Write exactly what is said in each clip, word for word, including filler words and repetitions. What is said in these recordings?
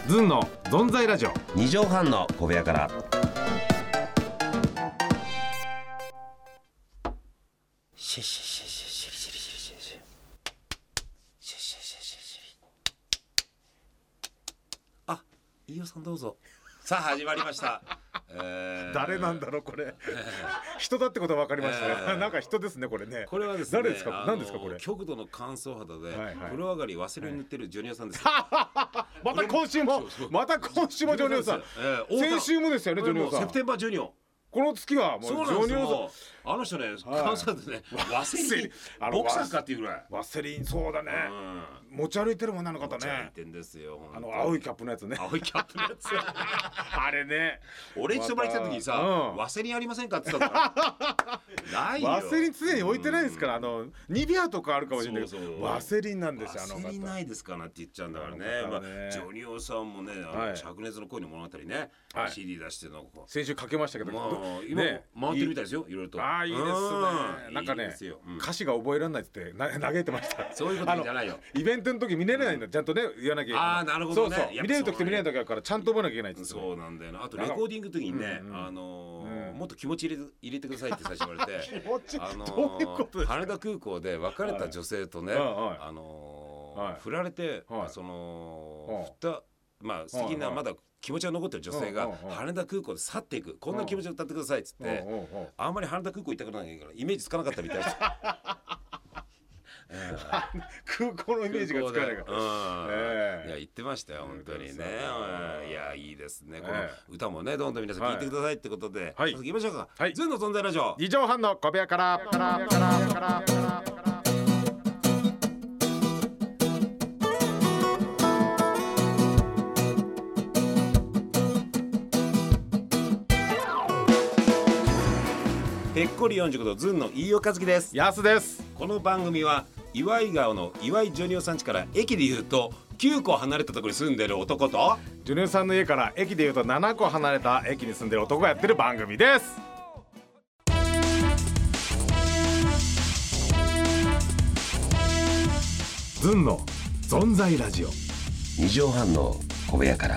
ズンのゾンザイラジオ。 にじょうはんの小部屋から。シュシュシュシュシュシュシュシュシュシュシュシュシュシュシュ。あ、飯尾さんどうぞ。さあ始まりました。 えー、誰なんだろうこれ、えー、人だってことは分かりましたね、えー、なんか人ですねこれね。 これはですね、 誰ですか、何ですかこれ。 極度の乾燥肌で、はいはい、風呂上がりワセリン塗ってるジョニオさんです、 はい、また今週もまた今週もジョニオさん、えー、先週もですよねジョニオさん。 セプテンバージョニオ、この月はもうジョニオさん、 あの人ね、乾燥でね、ワセリンボクサーかっていうぐらいワセリン、そうだね、うん、持ち歩いてるもんなの方ね。持ち歩いてんですよ。 あの青いキャップのやつね。 青いキャップのやつあれね、 俺んち泊まり来た時にさ、うん、ワセリンありませんかって言ったからないよ。 ワセリン常に置いてないですから、うん、あのニビアとかあるかもしれないけど、そうそう、ワセリンなんですよ。あのワセリンないですかなって言っちゃうんだからね。まあ、ジョニオさんもね、あの、はい、灼熱の恋の物語ね、はい、シーディー 出しての先週かけましたけど、 まあ、今ね回ってるみたいですよ、いろいろと。 ああ、いいですね。なんかね、うん、歌詞が覚えられないって嘆いてました。 そういうことじゃないよ。 イベントの時見れないんだ、ちゃんとね言わなきゃいけない。 ああ、なるほどね。 そうそう、見れる時と見れない時あるからちゃんと覚えなきゃいけないって。 そうなんだよな。あとレコーディングの時にね、あのもっと気持ち入れ入れてくださいって最初言われて、あの羽田空港で別れた女性とね、あの振られて、その振ったまあ素敵なまだ気持ちが残ってる女性が羽田空港で去っていく、こんな気持ちで歌ってくださいっつって、あんまり羽田空港行ったことないからイメージつかなかったみたいです。 空港のイメージがつかないから、 いや言ってましたよ本当にね。いやいいですね。この歌もねどんどん皆さん聴いてくださいってことで、早速行きましょうか。ズンの存在ラジオ、 にじょうはんの小部屋からからからからぺっこりよんじゅうごどズンの飯尾和樹です。 やすです。 この番組は岩井川の岩井ジョニオさん家から駅でいうときゅうこ離れたところに住んでる男と、 ジョニオさんの家から駅でいうとななこ離れた駅に住んでる男がやってる番組です。ズンの存在ラジオ、 にじょうはんの小部屋から。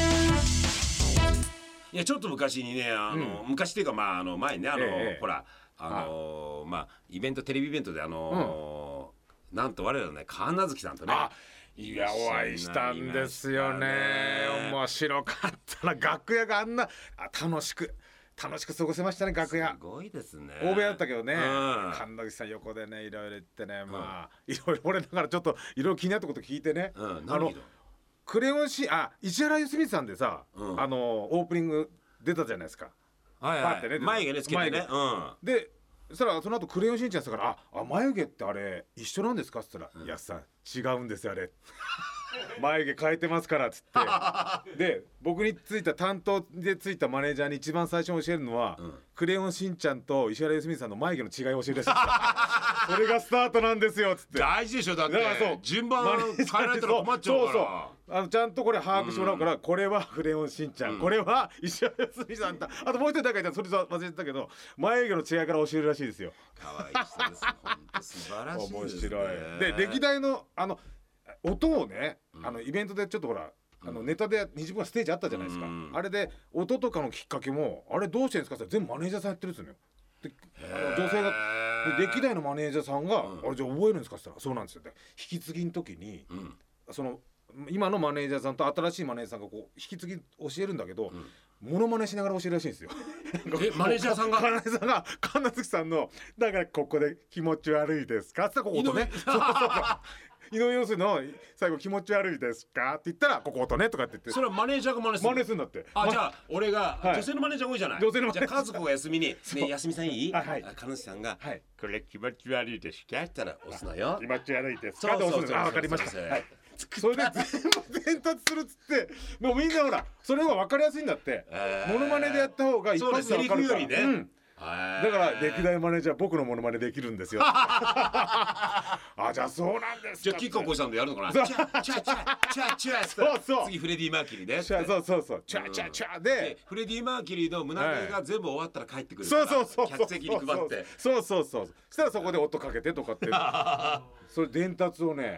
いやちょっと昔にね、あの、うん、昔っていうかまああの前ねあの、ええ、ほらあのー、まあイベントテレビイベントであのーうん、なんと我らね川名月さんとね、 いやお会いしたんですよね。面白かったな。楽屋があんなあ楽しく楽しく過ごせましたね。楽屋すごいですね。 大部屋だったけどね、うん、神田口さん横でねいろいろ言ってね、まあ、うん、いろいろ俺だからちょっといろいろ気になったこと聞いてね、うん、あのクレヨンしあ石原良純さんでさ、うん、あのオープニング出たじゃないですか。 はいはい、ね、眉毛ねつけてね、うん、 でそしたらその後クレヨンしんちゃんさんから「ああ眉毛ってあれ一緒なんですか?」っつったら「いや、うん、さん違うんですよあれ眉毛変えてますから」っつってで僕についた担当でついたマネージャーに一番最初に教えるのは、うん、クレヨンしんちゃんと石原良純さんの眉毛の違いを教えるらしいそれがスタートなんですよっつって。 大事でしょ。だってだからそう順番変えられたら困っちゃうから。そうそうあのちゃんとこれ把握してもらうから、うん、これはクレヨンしんちゃん、うん、これは石原良純さんだ、あともう一人誰かいたらそれ忘れてたけど眉毛の違いから教えるらしいですよ。 可愛い人です。本当素晴らしいですね。面白い。で歴代のあの音をね、うん、あのイベントでちょっとほらあのネタでにじゅっぷんステージあったじゃないですか、うん、あれで音とかのきっかけもあれどうしてるんですかって全部マネージャーさんやってるんですよ。であの女性がで歴代のマネージャーさんが、うん、あれじゃあ覚えるんですかって言ったらそうなんですよ。で引き継ぎの時に、うん、その今のマネージャーさんと新しいマネージャーさんがこう引き継ぎ教えるんだけど、うん、モノマネしながら教えるらしいんですよ。 えマネージャーさんがマネージャーさんが神奈月さんのだからここで気持ち悪いですかってこことねそうそうそう井上陽水の最後気持ち悪いですかって言ったらここ音ねとかって言って、 それはマネージャーが真似する真似するんだって。 あ、ま、じゃあ俺が、はい、女性のマネージャー多いじゃない。 女性のマネージャーじゃあ家族が休みにね休みさんいい、 はい、 神主さんが、はい、 これ気持ち悪いですかって言ったら押すのよ。気持ち悪いですかって押すの。あ、わかりました。はい、それで全部伝達するっつってもうみんなほらそれが分かりやすいんだって、えー、モノマネでやった方が一発で分かるから。 そうね、セリフよりね、うん、 だから歴代マネージャー僕のモノマネできるんですよ。あ、じゃあそうなんですか。 じゃあキッココさんでやるのかな。チャチャチャチャチャそうそう。次フレディマーキュリーで。 そうそうそう。チャチャチャでフレディマーキュリーの胸毛が全部終わったら帰ってくる。 そうそうそう。 客席に配って。 そうそうそう。そしたらそこで音かけてとかって。それ伝達をね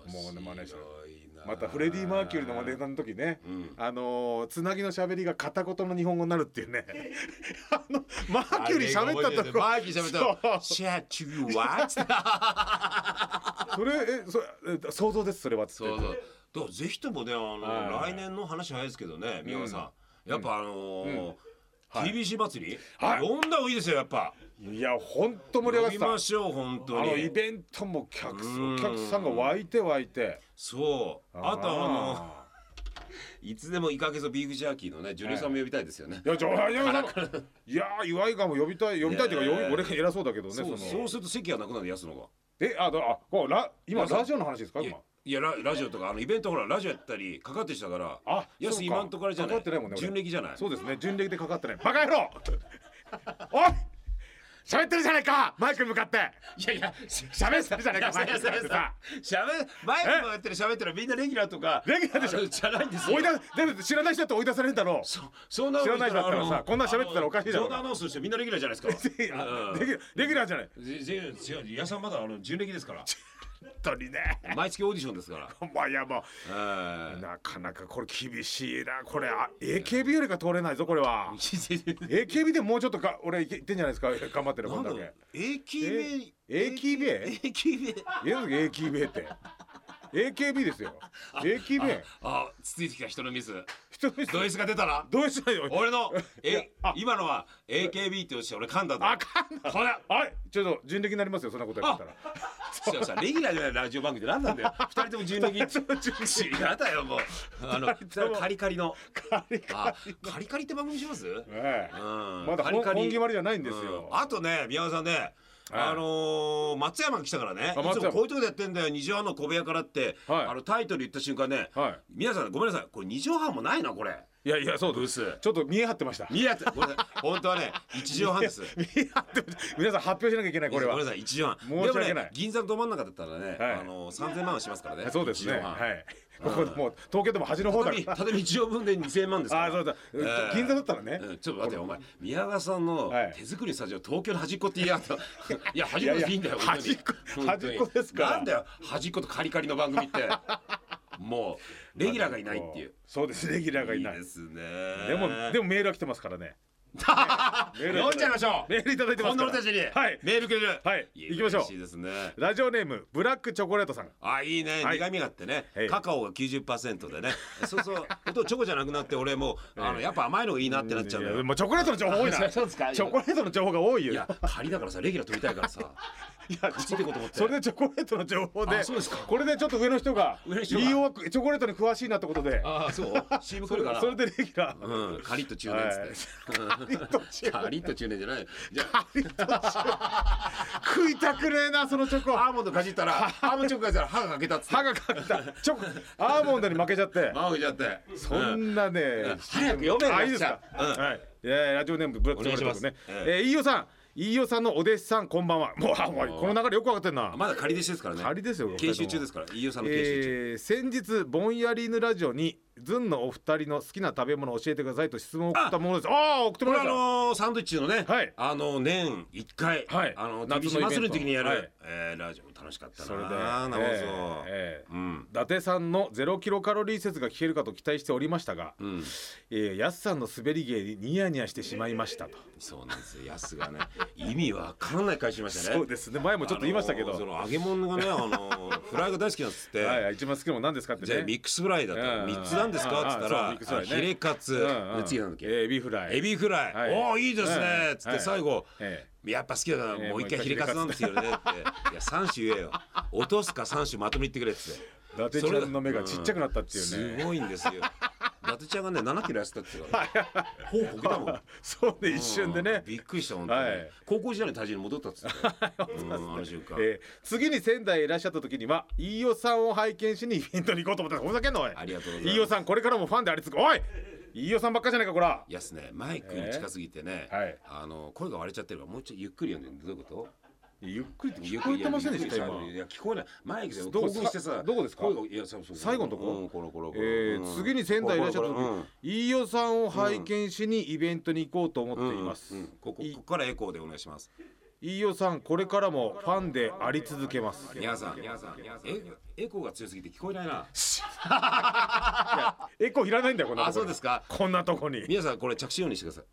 もうね真似してまたフレディ・マーキュリーの真似の時ね、うん、あのー、つなぎの喋りが片言の日本語になるっていうねあのマーキュリー喋ったとこマーキュリー喋ったシャチューワッそれえそれ想像ですそれはそうそうだからぜひともねあの、はい、来年の話早いですけどね宮川さん、うん、やっぱあのーうん、ティービーシー 祭り、はい、呼んだ方がいいですよやっぱいや本当盛り上がってた呼びましょう本当にあのイベントも客お客さんが湧いて湧いてそうあとあのいつでもイカゲソビーフジャーキーのねジュニアさんも呼びたいですよね、 はい、いやいや岩井川も呼びたい呼びたいっていうか俺が偉そうだけどねそう、そうすると席がなくなる安野がえあだあこうラ今ラジオの話ですか今いや ラ, ラジオとかあのイベントほらラジオやったりかかってしたからあ安今んところじゃないかかってないもんね純烈じゃないそうですね純烈でかかってないバカ野郎おい喋ってるじゃないかマイクに向かっていやいや喋ってるじゃないかマイクに向かってさ喋マイクに向かってる喋ってるみんなレギュラーとかレギュラーでしょじゃないんですよ追い出でも知らない人だって追い出されるんだろうそそんな知らない人だったらさこんな喋ってたらおかしいだろジョーダーアナウンスしてみんなレギュラーじゃないですかレギュレギュラーじゃない違う皆さんまだあの純烈ですから本当にね毎月オーディションですからまあいやもうなかなかこれ厳しいなこれ エーケービー よりか通れないぞこれはエーケービー でもうちょっとか俺いってんじゃないですか頑張ってるこんだけエーケービーエーケービーエーケービーエーケービー って エーケービー ですよ エーケービーあつついてきた人のミス人のミスドイツが出たらドイツだよ俺のえ今のは エーケービー って押して俺噛んだぞあ噛んだこれはいちょっと純烈になりますよそんなことやったらそうさレギュラーじゃないラジオ番組で何なんだよ二人とも純烈やだよもうあのカリカリのカリカリカリカリって番組しますええまだ本決まりじゃないんですよあとね宮川さんねあのー、松山が来たからねいつもこういうとこでやってんだよ二畳半の小部屋からって、はい、あのタイトル言った瞬間ね、はい、皆さんごめんなさいこれ二畳半もないなこれいやいやそうですちょっと見え張ってました見え張ってこれ本当はね一畳半です見え張って皆さん発表しなきゃいけないこれはごめんなさい一畳半申し訳ないでもね銀座のど真ん中だったらね、はい、あのー、さんぜんまんはしますからねそうですねはいここもう東京でも端の方だから畳一畳分でにせんまんですからあそうだ銀座だったらねちょっと待ってお前宮川さんの手作りスタジオ東京の端っこって言いやったいや端っこでいいんだよ端っこ端っこですからなんだよ端っことカリカリの番組ってもうレギュラーがいないっていうそうですレギュラーがいないいいですねでもでもメールが来てますからね読んじゃいましょうメールいただいてますからこんな俺たちにはいメールくれるはい行きましょう嬉しいですねラジオネームブラックチョコレートさんあいいね苦味があってねカカオが きゅうじゅっパーセント でねそうそうチョコじゃなくなって俺もあのやっぱ甘いのがいいなってなっちゃうのよもうチョコレートの情報多いなチョコレートの情報が多いよいや仮だからさレギュラー取りたいからさいや口ってこと思ってそれでチョコレートの情報でそうですかこれでちょっと上の人がいいチョコレートに詳しいなってことでああそう シーエム 来るからそれでレギュラーうんカリッと中年っつってカリッと中年カリッと中年じゃないじゃあ食いたくねえなそのチョコアーモンドかじったらアーモンドチョコかじったら歯が欠けたっつって歯が欠けたチョコアーモンドに負けちゃって負けちゃってそんなね早く読めあいいですかはいラジオネームブラックチョコレートね飯尾さん飯尾さんのお弟子さんこんばんはもうこの流れよく分かってんなまだ仮弟子ですからね仮ですよ研修中ですから飯尾さんの研修中、 えー、先日ぼんやりぬラジオにズンのお二人の好きな食べ物を教えてくださいと質問を送ったものです。ああ送ってもらいました。 これあのー、サンドイッチのね、はい、あの年一回、はい、あの夏の祭りの時にやる、はいえー、ラジオ楽しかったな。 それで生放送、 えーえーうん、伊達さんのゼロキロカロリー説が聞けるかと期待しておりましたが、うんえー、ヤスさんの滑り芸にニヤニヤしてしまいましたと。 そうなんですよ。ヤスがね意味わからない返しましたね。 そうですね。前もちょっと言いましたけど、あのー、 その揚げ物がね、あのー、フライが大好きなんですって。 はい、一番好きなもの何ですかってね。 じゃあミックスフライだとみっつなんですかって言ったら。ヒレカツ、うんうん、次なんだっけ、 エビフライエビフライ、はい、おおいいですねっつって最後、はい、やっぱ好きだからもう一回ヒレカツなんですよねっていやさん種言えよ落とすかさん種まとめ言ってくれっつって伊達ちゃんの目がちっちゃくなったっていうね、 うん、すごいんですよ伊達ちゃんがねななキロ痩せたって言うからほうこけたもんそうね一瞬でねびっくりした本当に、はい、高校時代の体重に戻ったっつってうんあの瞬間、 えー、次に仙台へいらっしゃった時には飯尾さんを拝見しにイベントに行こうと思ったらふざけんのおいありがとうございます飯尾さんこれからもファンでありつつおい飯尾さんばっかじゃないかこらいやすねマイクに近すぎてね、えーはい、あの声が割れちゃってるからもうちょいゆっくり読んでどういうことゆっくりって聞こえてませんでした今いや聞こえないマイクで興奮してさどこですかいやそうそう最後のとこ、 うん、このこのえー、次に仙台いらっしゃった時、うん、飯尾さんを拝見しにイベントに行こうと思っています、 うんうんうん、ここここからエコーでお願いします飯尾さんこれからもファンであり続けます。 皆さんえエコーが強すぎて聞こえないな。いやエコーいらないんだよこんなとこ。 あ、そうですか。 こんなとこに皆さんこれ着信音にしてください。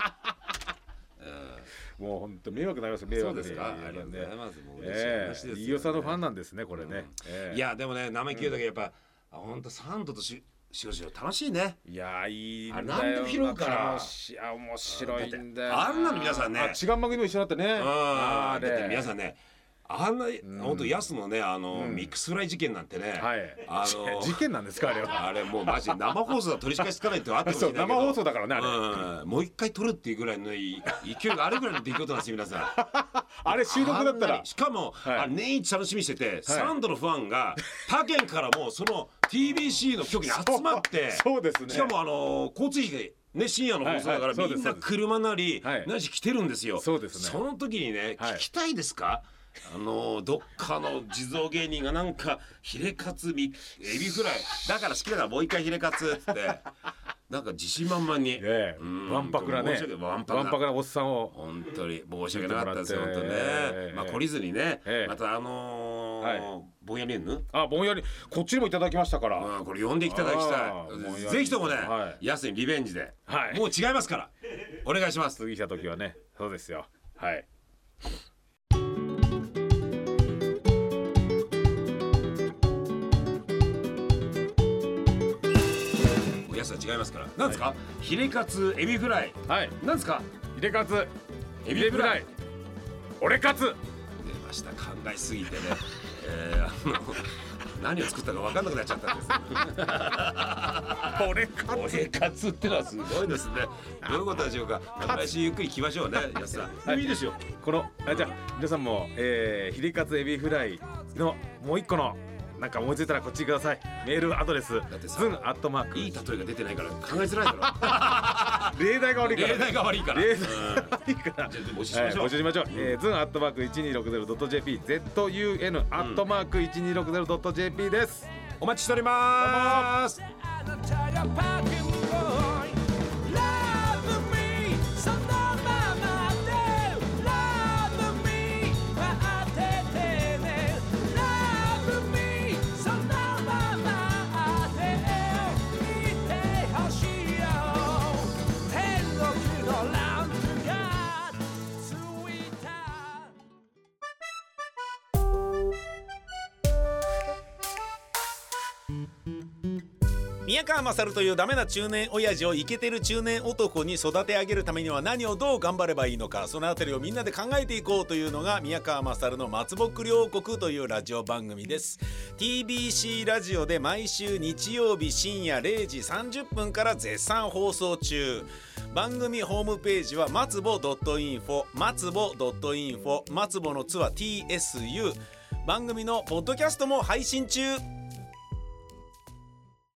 もう本当迷惑になります。迷惑。 そうですか。ありがとうございます。もう嬉しい話ですよね。 飯尾さんのファンなんですねこれね。 うんえー、いやでもね生意気だけやっぱ、うん、本当サンドとししおしお楽しいね。 いやいいんだよ。 何でも拾うから。 いや面白いんだよ。 あんなの皆さんね。 違う番組も一緒だったね。 ああだって皆さんね。あんな、うん、本当ヤスのねあの、うん、ミックスフライ事件なんてね、 はい、あの事件なんですかあれは。 あれもうマジ生放送だ取り返しつかないってあってほしいんだけど生放送だからねあれ、 うん、もう一回撮るっていうぐらいの勢いがあるぐらいの出来事なんですよ皆さん。 あれ収録だったらしかも、はい、あれ年一楽しみにしてて、はい、サンドのファンが他県からもその ティービーシー の局に集まってそうですね。 しかもあの交通費ね、深夜の放送だから、はいはい、みんな車なり、はい、なし来てるんですよ。 そうですね。 その時にね、はい、聞きたいですか。あのどっかの地蔵芸人がなんかヒレカツみエビフライだから好きだからもう一回ヒレカツってなんか自信満々に、 ね、わんぱくなねわんぱくなおっさんを本当に申し訳なかったですよ本当ね、えー、まあ懲りずにね、えー、またあのーはい、ぼんやりんぬあぼんやりこっちにもいただきましたから、 うん、これ呼んでいただきたい。ぜひともね、はい、やすにリベンジで、はい、もう違いますからお願いします。 次来た時はねそうですよ。はいやつは違いますから。なんですか、はい、ヒレカツエビフライ。はい。なんですかヒレカツエビフライ俺カツ出ました。考えすぎてね、えー、あの何を作ったか分かんなくなっちゃったんです俺カツ俺カツってのはすごいですね。どういうことでしょうか。来週ゆっくり聞きましょうねやすさん、はい、いいですよこのあじゃあ皆さんも、えー、ヒレカツエビフライのもう一個のなんか思いついたらこっちください。メールアドレスズンアットマークいい例えが出てないから考えづらいだろ例題が悪いから例題が悪いから例題が悪いからじゃあ募集しましょう、 はい、募集しましょう、うんえー、ズンアットマーク いちにーろくゼロドットジェーピー ズン アットマーク いちにーろくゼロドットジェーピー です。 お待ちしております。 宮川勝というダメな中年親父をイケてる中年男に育て上げるためには何をどう頑張ればいいのか、そのあたりをみんなで考えていこうというのが宮川勝の松ぼっくり王国というラジオ番組です。 ティービーシー ラジオで毎週日曜日深夜れいじさんじゅっぷんから絶賛放送中。番組ホームページは松ぼ .info 松ぼ .info 松ぼのつは ティーエスユー。 番組のポッドキャストも配信中。